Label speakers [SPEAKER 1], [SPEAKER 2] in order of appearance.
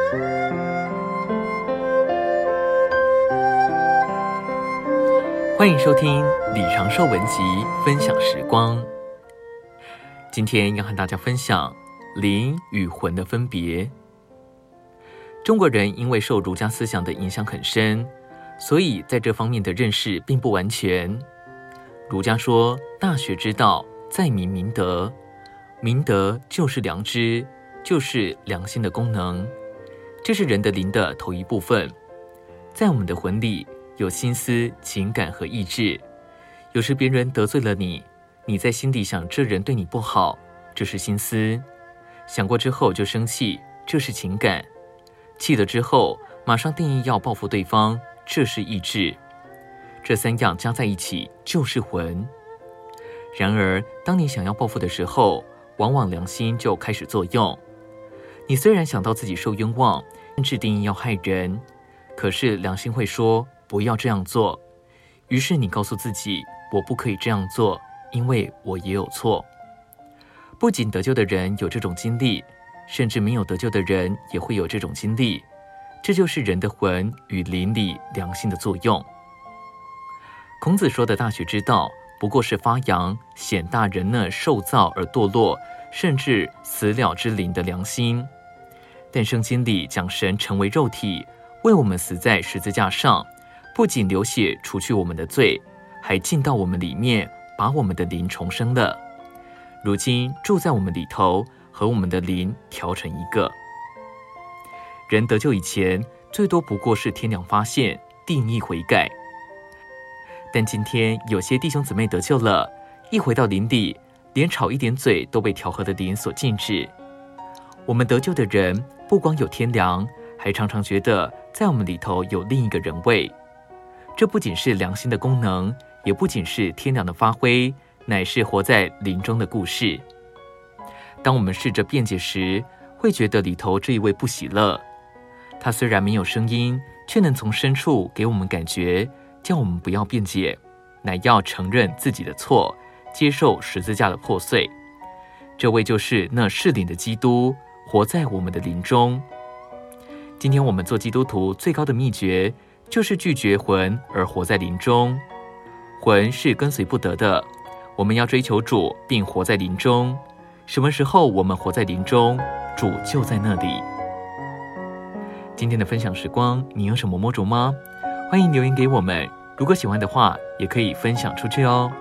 [SPEAKER 1] 欢迎收听李长寿文集分享时光。今天要和大家分享灵与魂的分别。中国人因为受儒家思想的影响很深，所以在这方面的认识并不完全。儒家说大学之道，在明明德，明德就是良知，就是良心的功能，这是人的灵的头一部分。在我们的魂里有心思、情感和意志。有时别人得罪了你，你在心底想这人对你不好，这是心思。想过之后就生气，这是情感。气了之后马上定义要报复对方，这是意志。这三样加在一起就是魂。然而当你想要报复的时候，往往良心就开始作用。你虽然想到自己受冤枉，甚至定义要害人，可是良心会说不要这样做。于是你告诉自己，我不可以这样做，因为我也有错。不仅得救的人有这种经历，甚至没有得救的人也会有这种经历。这就是人的魂与灵里良心的作用。孔子说的大学之道，不过是发扬显大人那受造而堕落，甚至死了之灵的良心。但圣经里讲神成为肉体，为我们死在十字架上，不仅流血除去我们的罪，还进到我们里面，把我们的灵重生了。如今住在我们里头，和我们的灵调成一个。人得救以前，最多不过是天良发现，定义悔改。但今天有些弟兄姊妹得救了，一回到灵里，连吵一点嘴都被调和的灵所禁止。我们得救的人，不光有天良，还常常觉得在我们里头有另一个人位。这不仅是良心的功能，也不仅是天良的发挥，乃是活在灵中的故事。当我们试着辩解时，会觉得里头这一位不喜乐。他虽然没有声音，却能从深处给我们感觉，叫我们不要辩解，乃要承认自己的错，接受十字架的破碎。这位就是那是灵的基督，活在我们的灵中。今天我们做基督徒最高的秘诀，就是拒绝魂而活在灵中。魂是跟随不得的，我们要追求主，并活在灵中。什么时候我们活在灵中，主就在那里。今天的分享时光，你有什么摸着吗？欢迎留言给我们，如果喜欢的话，也可以分享出去哦。